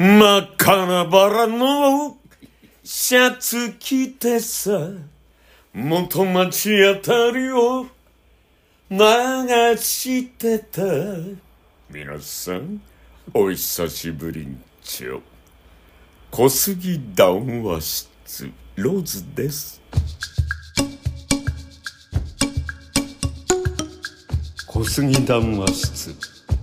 真っ赤なバラのシャツ着てさ、元町あたりを流してた。皆さんお久しぶりんちょ。小杉談話室ローズです。小杉談話室。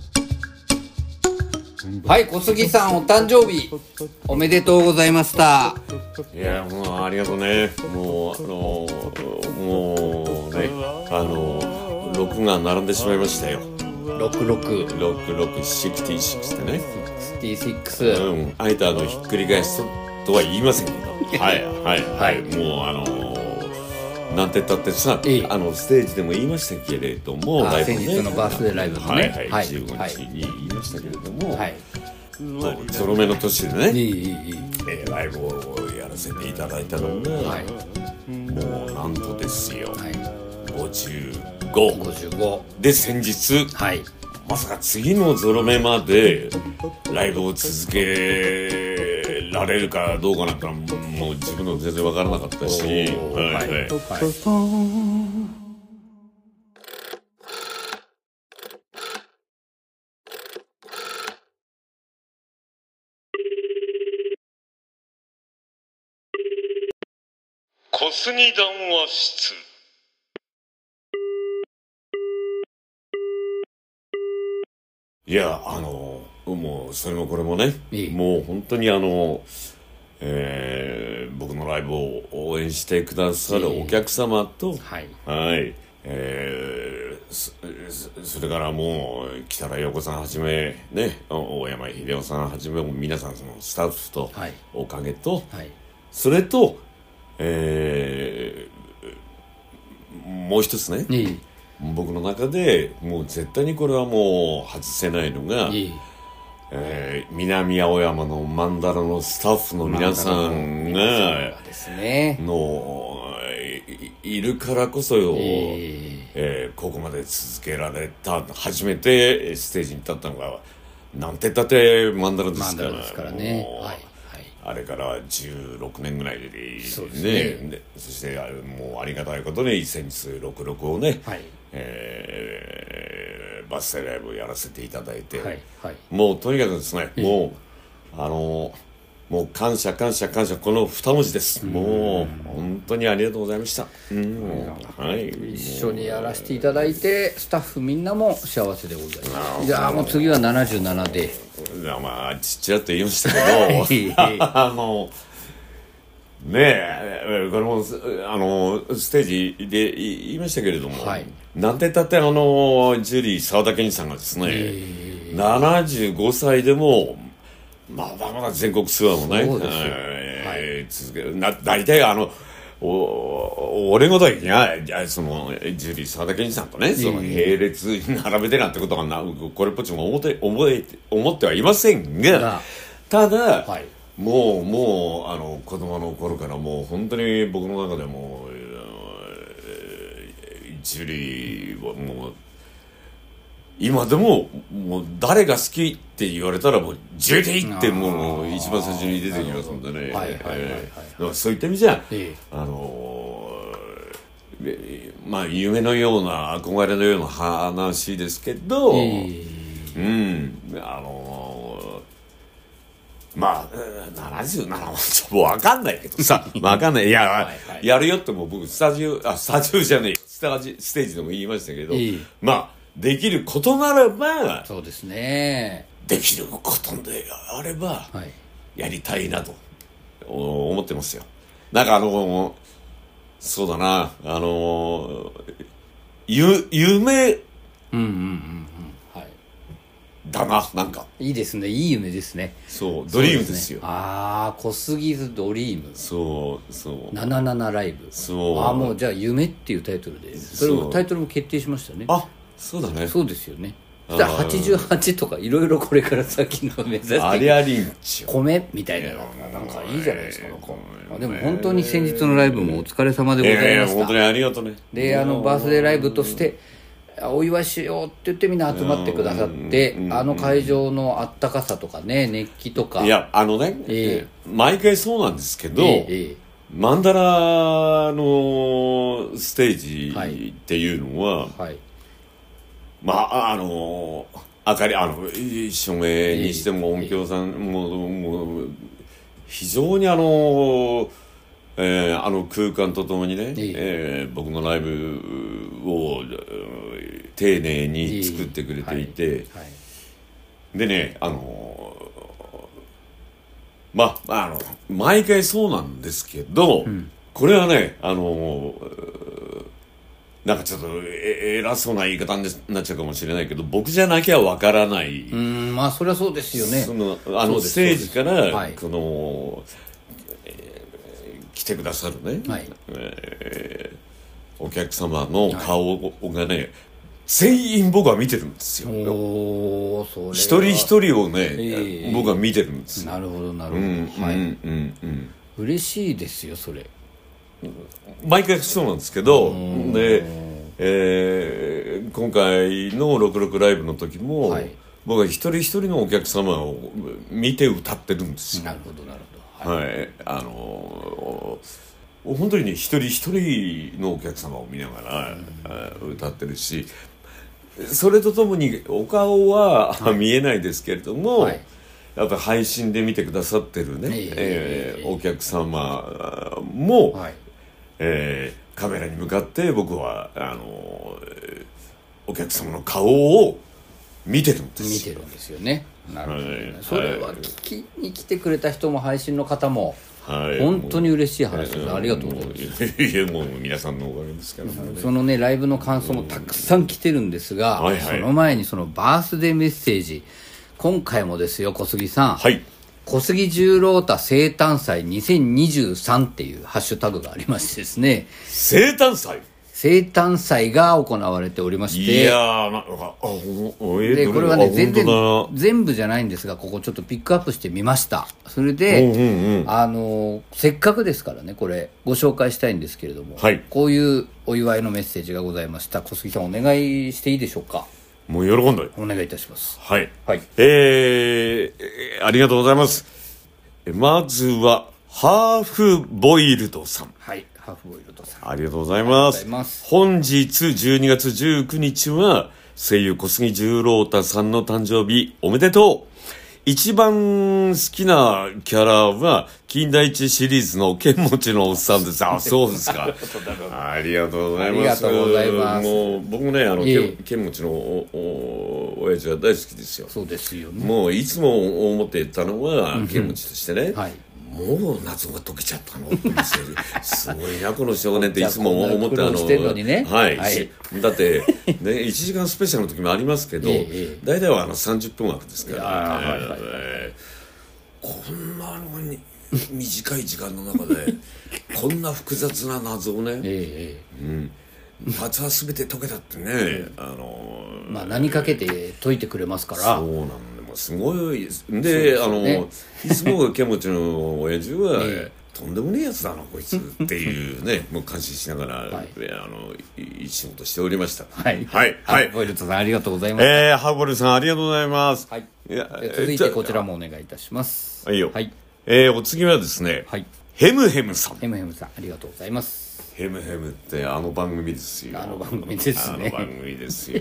はい、小杉さんお誕生日おめでとうございました。 いや、もうありがとうね。もうね、6が並んでしまいましたよ。66ってね。 66。 あえてひっくり返すとは言いませんけど。はい。もうなんて言ったってさ、ステージでも言いましたけれども、 ライブね、先日のバースデーライブのね、 15日に言いましたけれども、ゾロ目の年でね、ライブをやらせていただいたのが、もうなんとですよ、55で先日、まさか次のゾロ目までライブを続けられるかどうかなんかもう自分の全然分からなかったし、小杉談話室。いや、もうそれもこれもね、もう本当に僕のライブを応援してくださるお客様と、それからもう北原陽子さんはじめね、大山秀夫さんはじめ皆さんそのスタッフとおかげと、それと、もう一つね、僕の中でもう絶対にこれはもう外せないのが、南青山のマンダラのスタッフの皆さんがいるからこそよ、ここまで続けられた。初めてステージに立ったのがなんて言ったってマンダラですからね。あれから16年ぐらいでね、そしてもうありがたいことに先日66をね、バスデーライブをやらせていただいて、もうとにかくですね、もう感謝この2文字です。もう本当にありがとうございました。 一緒にやらせていただいてスタッフみんなも幸せでございます。じゃあもう次は77で、 まあちっちゃって言いましたけどねえ、これもステージで言いましたけれども、なんて言ったってジュリー沢田研二さんがですね、75歳でもまだ全国ツアーもね、続ける。大体俺ごとにそのジュリー沢田研二さんとね、その並列に並べてなんてことはこれっぽっちも思ってはいませんが、ただ、もう子供の頃からもう本当に僕の中でもジュリーはもう今でももう誰が好きって言われたらもうジュリーってもう一番最初に出てきますんでね。そういった意味じゃまあ夢のような憧れのような話ですけど、まあ77もちょっと分かんないけどさ、分かんない。いや、やるよっても僕ステージでも言いましたけど、まあできることならば、 そうですね、 できることであればやりたいなと思ってますよ。なんかそうだな、夢だな、なんかいいですね、いい夢ですね。 そう、ドリームですよ。 小杉ズドリーム。 そう 77ライブ。もうじゃあ夢っていうタイトルで、それもタイトルも決定しましたね。 そうだね。 そうですよね。88とかいろいろこれから先の目指してありゃりんちょ米みたいなのがなんかいいじゃないですか。でも本当に先日のライブもお疲れ様でございました。 本当にありがとうね。 でバースデーライブとしてお祝いしようって言ってみんな集まってくださって、あの会場のあったかさとかね、熱気とか。 いや、毎回そうなんですけど、マンダラのステージっていうのは、まあ、明かり、照明にしても音響さんもう、非常に空間とともにね、僕のライブを丁寧に作ってくれていて、でね、毎回そうなんですけど、これはね、なんかちょっと偉そうな言い方になっちゃうかもしれないけど、僕じゃなきゃわからない。 まあそれはそうですよね。 ステージから、来てくださるね、お客様の顔がね、全員僕は見てるんですよ。一人一人をね、僕は見てるんですよ。 なるほどなるほど。嬉しいですよそれ。 毎回そうなんですけど、で、今回の66ライブの時も、僕は一人一人のお客様を見て歌ってるんですよ。 なるほどなるほど。 本当にね、一人一人のお客様を見ながら歌ってるし、それとともにお顔は見えないですけれども、やっぱり配信で見てくださってるね、お客様も、カメラに向かって僕はお客様の顔を見てるんですよ。 見てるんですよね。なるほどね。それは聞きに来てくれた人も配信の方も本当に嬉しい話です。ありがとうございます。 いや、もう皆さんのおかげですからね。 そのねライブの感想もたくさん来てるんですが、その前にそのバースデーメッセージ、今回もですよ、小杉さん、小杉十郎太生誕祭2023っていうハッシュタグがありましてですね、 生誕祭が行われておりまして、 いやー、なんかでこれはね全部じゃないんですが、ここちょっとピックアップしてみました。それで、せっかくですからね、これご紹介したいんですけれども、こういうお祝いのメッセージがございました。小杉さんお願いしていいでしょうか。 もう喜んでお願いいたします。 ありがとうございます。まずはハーフボイルドさん。 ハーフボイルドさん、 ありがとうございます。本日12月19日は声優小杉十郎太さんの誕生日おめでとう。一番好きなキャラは金田一シリーズの剣持ちのおっさんです。あ、そうですか。ありがとうございます。もう僕もね、剣持ちの親父は大好きですよ。 そうですよね。 もういつも思っていたのは剣持ちとしてね、もう謎が解けちゃったのってすごいなこの少年っていつも思ってだってね、1時間スペシャルの時もありますけど、大体は30分枠ですから、こんなに短い時間の中でこんな複雑な謎をね、パーツは全て解けたってね、 何かけて解いてくれますから。 そうなんですごいで、いつも剣持ちの親父は、とんでもねえやつだなこいつっていうねもう感心しながら、いい仕事しておりました。 ハーフボイルドさんありがとうございます。 ハーフボイルドさんありがとうございます。 続いてこちらもお願いいたします。 お次はですね、ヘムヘムさん。 ヘムヘムさんありがとうございます。 ヘムヘムって番組ですよ。 番組ですね。 番組ですよ。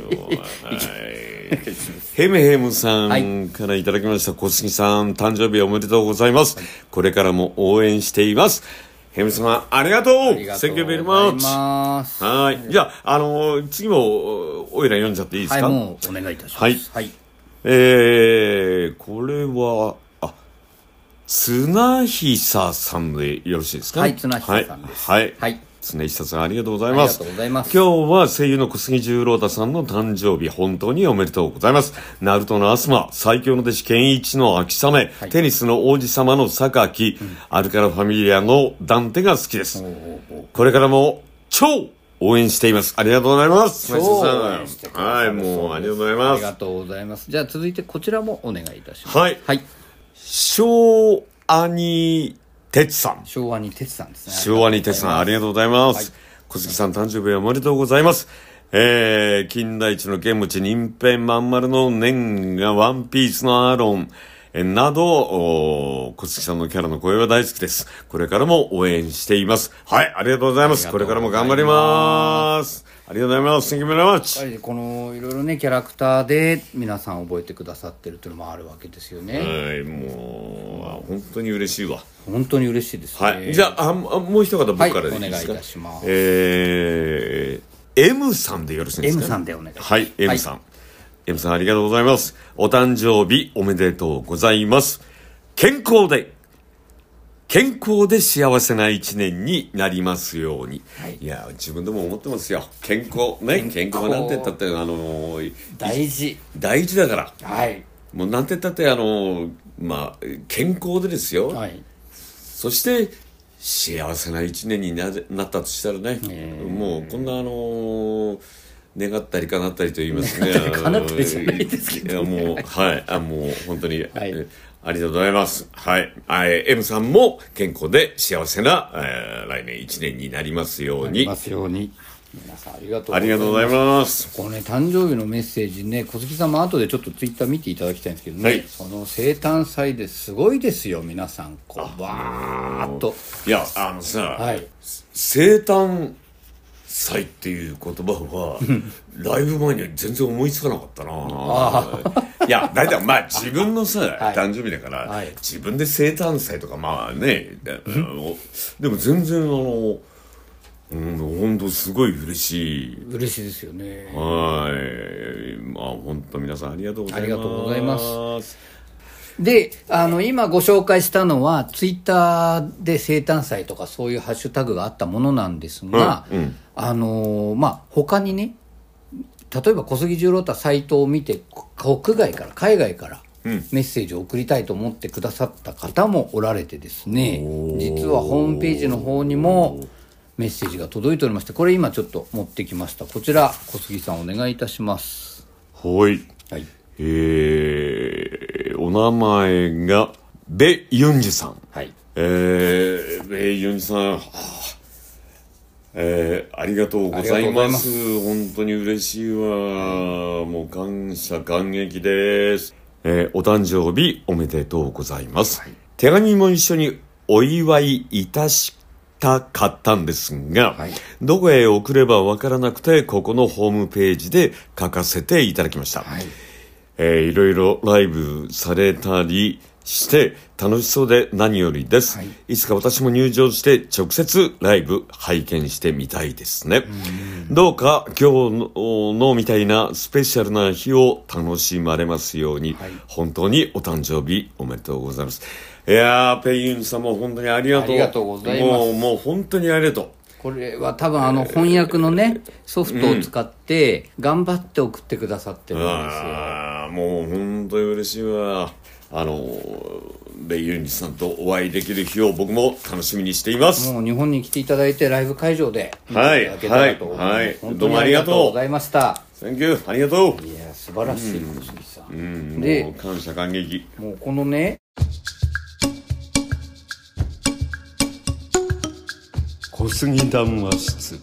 ヘムヘムさんからいただきました。小杉さん誕生日おめでとうございます。これからも応援しています。ヘム様ありがとう。Thank you very much。じゃあ次もおいら読んじゃっていいですか。 もうお願いいたします。 これは綱久さんでよろしいですか。 綱久さんです。 綱久さんありがとうございます。 今日は声優の小杉十郎太さんの誕生日本当におめでとうございます。ナルトのアスマ、最強の弟子健一の秋雨、テニスの王子様の榊、アルカラファミリアのダンテが好きです。これからも超応援しています。ありがとうございます。 もうありがとうございます。 ありがとうございます。 じゃあ続いてこちらもお願いいたします。 昭和に哲さん。 昭和に哲さんですね。 昭和に哲さんありがとうございます。小杉さん誕生日おめでとうございます。 金田一の剣持、任編まん丸の年がワンピースのアーロン、など、小杉さんのキャラの声は大好きです。これからも応援しています。はい、ありがとうございます。これからも頑張ります。ありがとうございます。Thank you very much。 このいろいろねキャラクターで皆さん覚えてくださってるというのもあるわけですよね。はい、 もう本当に嬉しいわ。 本当に嬉しいですね。 はい、じゃあ、もう一方僕からでいいですか。 お願いいたします。 M さんでよろしいですか。 M さんでお願いします。 はい、M さん。M さんありがとうございます。お誕生日おめでとうございます。健康で幸せな一年になりますように。はい、いや自分でも思ってますよ。健康なんて言ったって大事だから。はい。もうなんて言ったって健康でですよ。はい。そして幸せな一年になったとしたらね。もうこんな願ったり叶ったりと言いますね。 叶ったりじゃないですけど、 ね。もうもう本当に。はい。ありがとうございます。はい。M さんも健康で幸せな、来年1年になりますように。 皆さんありがとうございます。 ありがとうございます。 このね、誕生日のメッセージね、小杉さんも後でちょっとツイッター見ていただきたいんですけどね、はい、その生誕祭ですごいですよ、皆さん。バーっと。 いや、はい、生誕祭っていう言葉はライブ前には全然思いつかなかったな。いや大体自分のさ、はい、誕生日だから、はい、自分で生誕祭とかでも全然本当すごい嬉しいですよね。 はい。本当皆さんありがとうございます。 ありがとうございます。で、今ご紹介したのはツイッターで生誕祭とかそういうハッシュタグがあったものなんですが、他にね、例えば小杉十郎太サイトを見て海外からメッセージを送りたいと思ってくださった方もおられてですね、実はホームページの方にもメッセージが届いておりまして、これ今ちょっと持ってきました。こちら小杉さんお願いいたします。 はい。お名前がベユンジさん。はい。ベユンジさん、ありがとうございます。本当に嬉しいわ。もう感謝感激です。お誕生日おめでとうございます。はい、手紙も一緒にお祝いいたしたかったんですが、はい、どこへ送ればわからなくてここのホームページで書かせていただきました。はい、いろいろライブされたりして楽しそうで何よりです。はい、いつか私も入場して直接ライブ拝見してみたいですね。どうか今日のみたいなスペシャルな日を楽しまれますように、はい、本当にお誕生日おめでとうございます。いやー、ペイユンさんも本当にありがとう。 ありがとうございます。 もう本当にありがとう。 これは多分翻訳のね、ソフトを使って頑張って送ってくださってるんですよ。 もう本当に嬉しいわ。ベイユンジさんとお会いできる日を僕も楽しみにしています。 もう日本に来ていただいてライブ会場で見ていただけたらと思います。はい、 本当にありがとうございました。 Thank you、ありがとう。 いや素晴らしい小杉さん。 で、もう感謝感激。 もうこのね、 小杉談話室。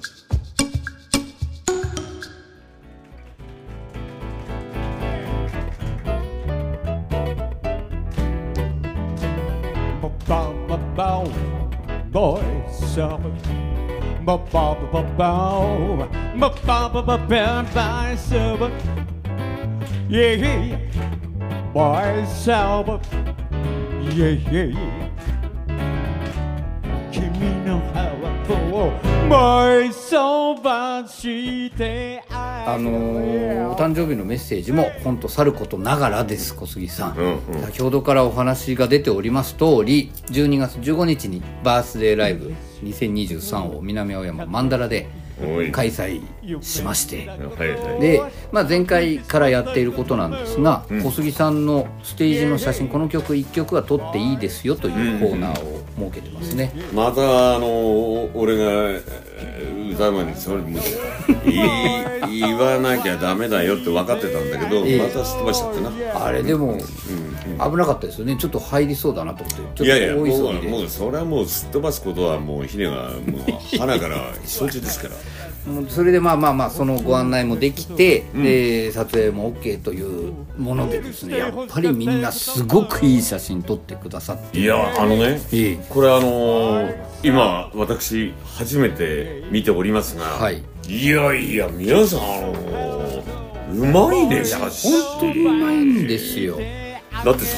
お誕生日のメッセージも本当さることながらです小杉さん、先ほどからお話が出ております通り12月15日にバースデーライブ2023を南青山マンダラで開催しまして、で、前回からやっていることなんですが、小杉さんのステージの写真、この曲1曲は撮っていいですよというコーナーを設けてますね。 また俺が多分それも言わなきゃダメだよって分かってたんだけど、またすっ飛ばしちゃってな。 あれでも、危なかったですよね。ちょっと入りそうだなと思って、ちょっといやいや、 大急ぎで。 もうそれはもうすっ飛ばすことはもうヒデがもう花から承知ですから。 それでまあそのご案内もできて、で撮影も OK というものでですね、やっぱりみんなすごくいい写真撮ってくださって。 いやね、これ今私初めて見ておりますが、はい、いやいや皆さんうまいね、写真。 本当にうまいんですよ。 だってさ、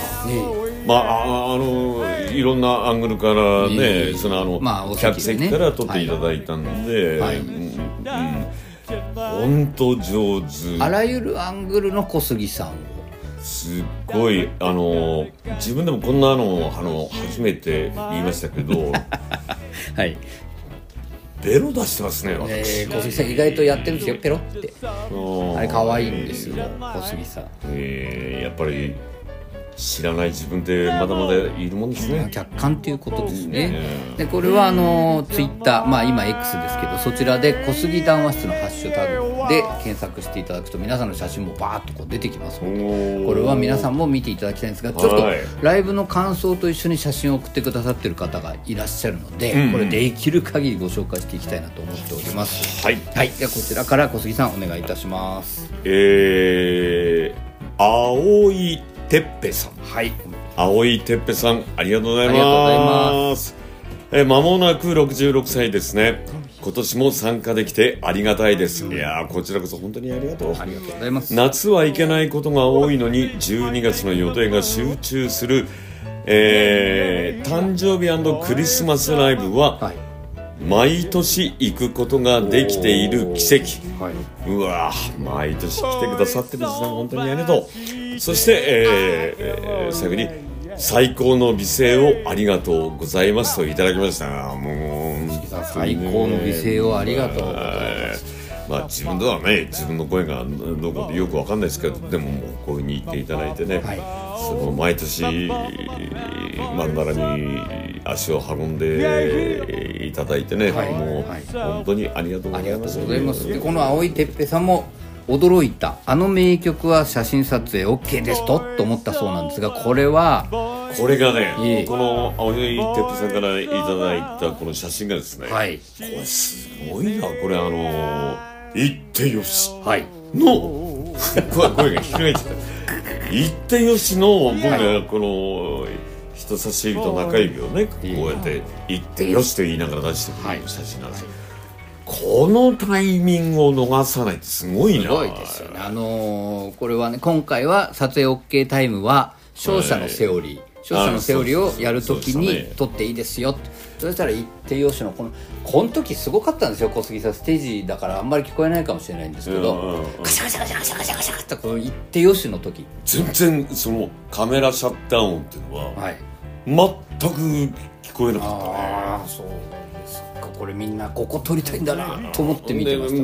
いろんなアングルからね、客席から撮っていただいたんで、本当上手。 あらゆるアングルの小杉さんをすっごい自分でもこんな初めて言いましたけどはい、 ベロ出してますね、私。 小杉さん意外とやってるんですよ、ペロって。あれ可愛いんですよ、小杉さん。 やっぱり知らない自分ってまだまだいるもんですね。 客観ということですね。でこれはツイッター、今 X ですけど、そちらで小杉談話室のハッシュタグで検索していただくと皆さんの写真もバーッとこう出てきますので、これは皆さんも見ていただきたいんですが、ちょっとライブの感想と一緒に写真を送ってくださっている方がいらっしゃるので、これできる限りご紹介していきたいなと思っております。はい、はい、ではこちらから小杉さんお願いいたします。 青いてっぺさん、 はい、 青いてっぺさん、ありがとうございます。間もなく66歳ですね。今年も参加できてありがたいです。いやこちらこそ本当にありがとう。 ありがとうございます。 夏はいけないことが多いのに12月の予定が集中する、誕生日&クリスマスライブは、毎年行くことができている奇跡、うわ毎年来てくださってるんですね。本当にありがとう。そして、最後に最高の美声をありがとうございますといただきました。もう最高の美声をありがとうございます。 自分ではね、自分の声がどこでよくわかんないですけど、でももうこういうふうに言っていただいてね、その毎年曼荼羅に足を運んでいただいてね、もう本当にありがとうございます。 でこの青いてっぺさんも驚いた、名曲は写真撮影 OK ですと思ったそうなんですが、これがね、 この青いてっぺさんからいただいたこの写真がですね、これすごいな。これ言ってよしの声が低いっちゃった言ってよしの僕がこの人差し指と中指をねこうやって言ってよしと言いながら出してくる写真なんですよ。このタイミングを逃さないってすごいな。 すごいですよね。これはね、今回は撮影 OK タイムは勝者のセオリー、勝者のセオリーをやるときに撮っていいですよって。そしたら言ってよしのこの時すごかったんですよ。小杉さんステージだからあんまり聞こえないかもしれないんですけど、ガシャガシャガシャガシャガシャガシャってこの言ってよしの時、 全然そのカメラシャッター音っていうのは、全く聞こえなかったね。 ああ、そうですか。これみんなここ撮りたいんだなと思って見てました。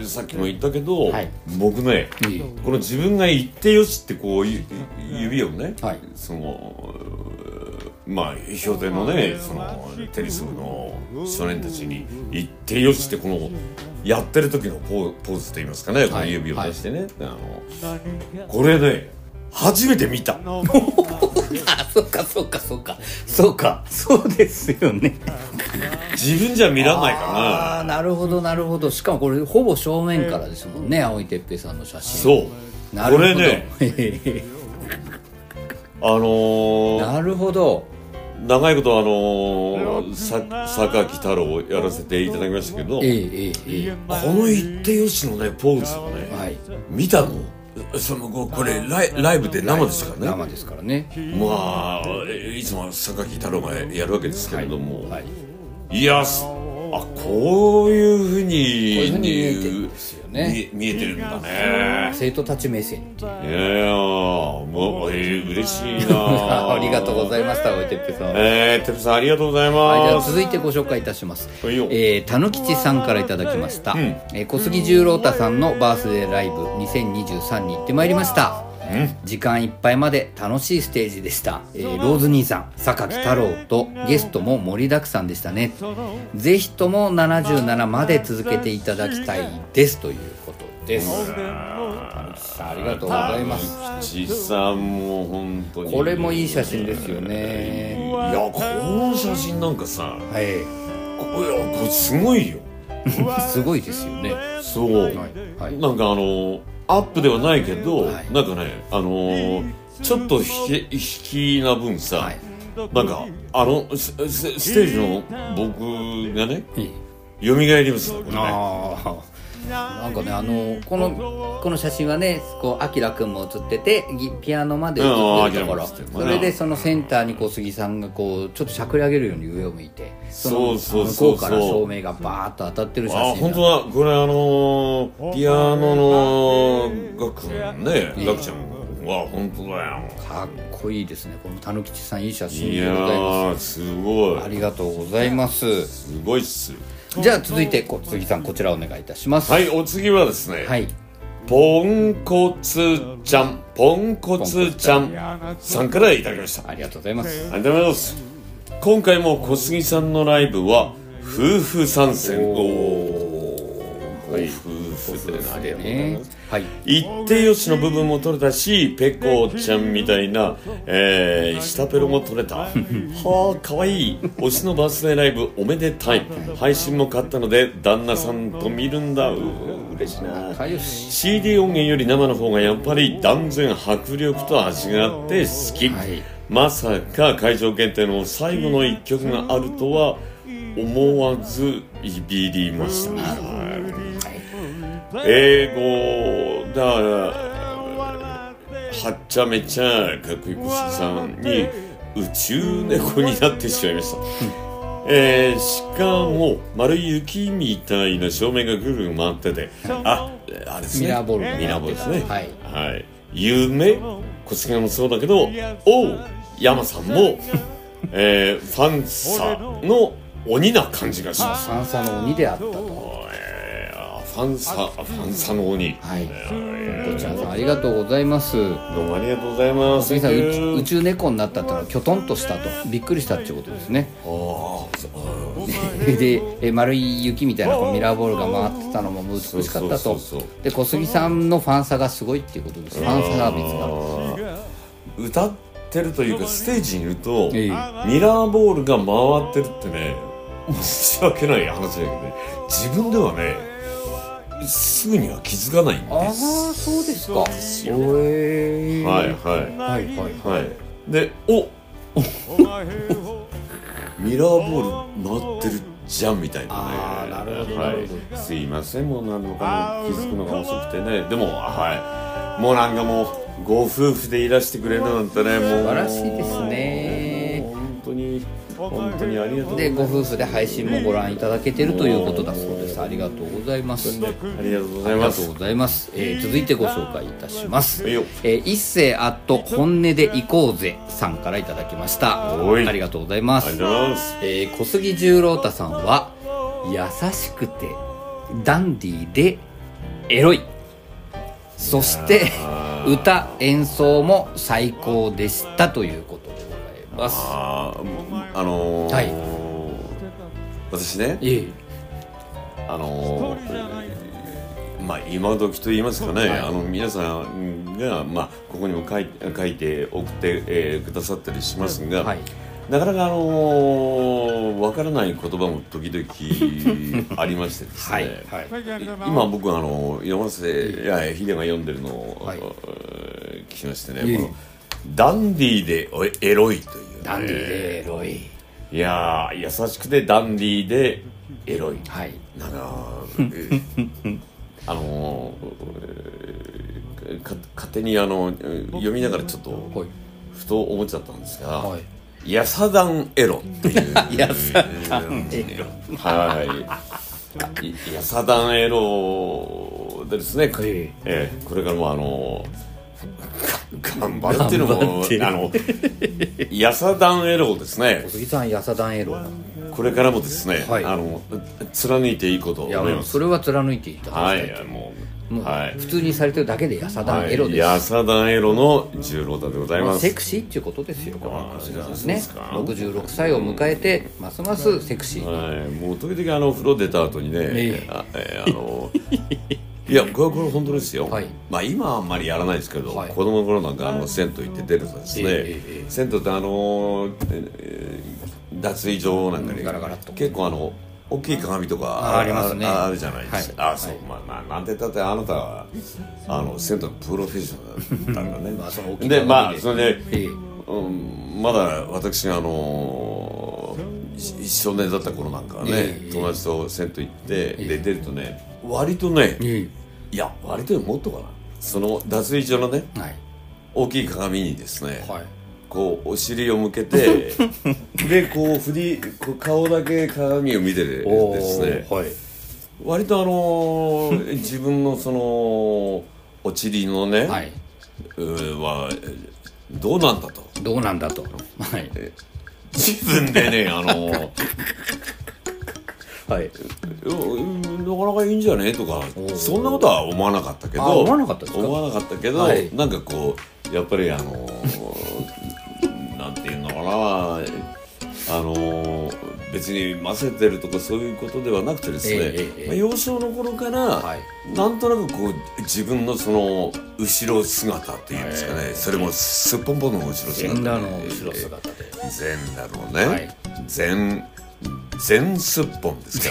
さっきも言ったけど、僕ね、この自分が言ってよしってこう指をね、その標定のね、そのテニス部の少年たちに言ってよしってこのやってる時のポーズと言いますかね、この指を出してね、これね初めて見た。そうですよね。自分じゃ見らないかな。 なるほど。しかもこれほぼ正面からですもんね、青いてっぺいさんの写真。 そう、これねなるほど。 長いこと榊太郎をやらせていただきましたけど、この言ってよしのねポーズをね、見たのこれライブで生ですからね。 生ですからね。 いつも榊太郎がやるわけですけれども、いやこういうふうに見えてるんですよね。 見えてるんだね。 生徒たち目線。 もう嬉しいな。 ありがとうございました。てっぺさん。 てっぺさんありがとうございます。 じゃあ続いてご紹介いたします。たぬきちさんからいただきました。小杉十郎太さんのバースデーライブ2023に行ってまいりました。 時間いっぱいまで楽しいステージでした、ローズ兄さん、榊太郎とゲストも盛りだくさんでしたね。ぜひとも77まで続けていただきたいですということです。ありがとうございます。 吉さんも本当にこれもいい写真ですよね。 いや、この写真なんかさ、これすごいよすごいですよね。 そう、なんかアップではないけど、なんかね、ちょっと引きな分さ、なんかステージの僕がね、蘇りますね、これね。 なんかね、この写真はね、こうあきらくんも写ってて、ピアノまで写ってるところ、それでそのセンターに小杉さんがこうちょっとしゃくり上げるように上を向いて、向こうから照明がバーッと当たってる写真。 本当だ、これピアノのガクね、ガクちゃんは本当だよ。 かっこいいですね。このたぬきちさん、いい写真でございます。すごい、 ありがとうございます。 すごいっす。 じゃあ続いて小杉さん、こちらお願いいたします。 はい、お次はですね、ポンコツちゃんさんからいただきました。 ありがとうございます。 ありがとうございます。今回も小杉さんのライブは夫婦参戦。夫婦でありがとうございます。言ってよしの部分も取れたし、ペコちゃんみたいな、下ペロも取れた。はあ、かわいい。推しのバースデーライブおめでたい。配信も買ったので旦那さんと見るんだ。嬉しいな。CD 音源より生の方がやっぱり断然迫力と味があって好き。まさか会場限定の最後の一曲があるとは思わずビビりました。英語だ、はっちゃめちゃかっこいい小杉さんに宇宙猫になってしまいました。しかも丸い雪みたいな照明がぐるぐる回ってて、あれですね、 ミラーボールですね。夢、小杉もそうだけど、山さんも、ファンサの鬼な感じがします。 ファンサの鬼であったと。 ファンサの鬼。 こちらさん、ありがとうございます。どうもありがとうございます。 小杉さん、宇宙猫になったってのはきょとんとしたと、びっくりしたってことですね。で、丸い雪みたいなミラーボールが回ってたのも美しかったと。で、小杉さんのファンサがすごいっていうことです。ファンサービスが歌ってるというか、ステージにいるとミラーボールが回ってるってね、申し訳ない話だけどね、自分ではねすぐには気づかないんです。 ああ、そうですか。 で、ミラーボール回ってるじゃんみたいなね。 なるほど、 すいません、もう何のか気づくのが遅くてね。でももうなんかもうご夫婦でいらしてくれるなんてね、もう素晴らしいですね。 本当にありがとうございます。 で、ご夫婦で配信もご覧いただけてるということだそうです。ありがとうございます。 ありがとうございます。 続いてご紹介いたします。一世あっと本音で行こうぜさんからいただきました。ありがとうございます。小杉十郎太さんは優しくてダンディーでエロい、そして歌演奏も最高でしたということでございます。 私ね、今時と言いますかね、皆さんが、ここにも書いて送ってくださったりしますが、なかなかわからない言葉も時々ありましてですね、今僕は山瀬秀が読んでるのを聞きましてね、このダンディーでエロいという、 ダンディーでエロい、 いや優しくてダンディーでエロい、なんか勝手に読みながらちょっとふと思っちゃったんですが、ヤサダンエロっていうヤサダンエロ、 ヤサダンエロでですね、これからも頑張るっていうのもヤサダンエロですね。 小杉さん、ヤサダンエロ、 これからもですね、貫いていいことを思います。 それは貫いていただきたい。 もう普通にされてるだけでヤサダンエロです、 ヤサダンエロの十郎太でございます。 セクシーっていうことですよ。このですね、66歳を迎えてますますセクシー、 もう時々風呂出た後にね、いやこれ本当ですよ、まあ今はあんまりやらないですけど、子供の頃なんか銭湯行って出るとですね、銭湯って脱衣所なんかに結構大きい鏡とか あるじゃないですか。そう、まあなんて言ったってあなたは銭湯のプロフェッショナルだったんだね。でまあそれで、まだ私が少年だった頃なんかはね、友達と銭湯行ってで出るとね、割とね、いや割ともっとかな、その脱衣所のね、大きい鏡にですね、こうお尻を向けてでこう顔だけ鏡を見てですね、割と自分のそのお尻のね、はどうなんだと、自分でねなかなかいいんじゃねとか、そんなことは思わなかったけど、 思わなかったけど、なんかこうやっぱりなんていうのかな、別にませてるとかそういうことではなくてですね、幼少の頃から、なんとなくこう自分のその後ろ姿っていうんですかね、それもすっぽんぽんの後ろ姿で、全裸の後ろ姿で、全裸のね、全すっぽんですから、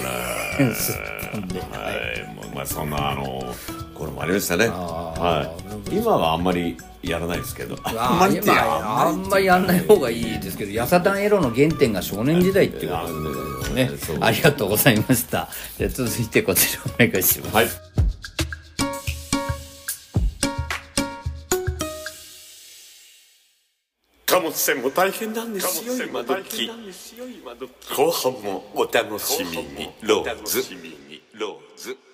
まあそんな頃もありましたね。今はあんまりやらないですけど、 あんまりやんない方がいいですけど、ヤサダンエロの原点が少年時代っていうことですね。ありがとうございました。じゃあ続いてこちらお願いします。 貨物船も大変なんですよ今時。後半もお楽しみに。ローズ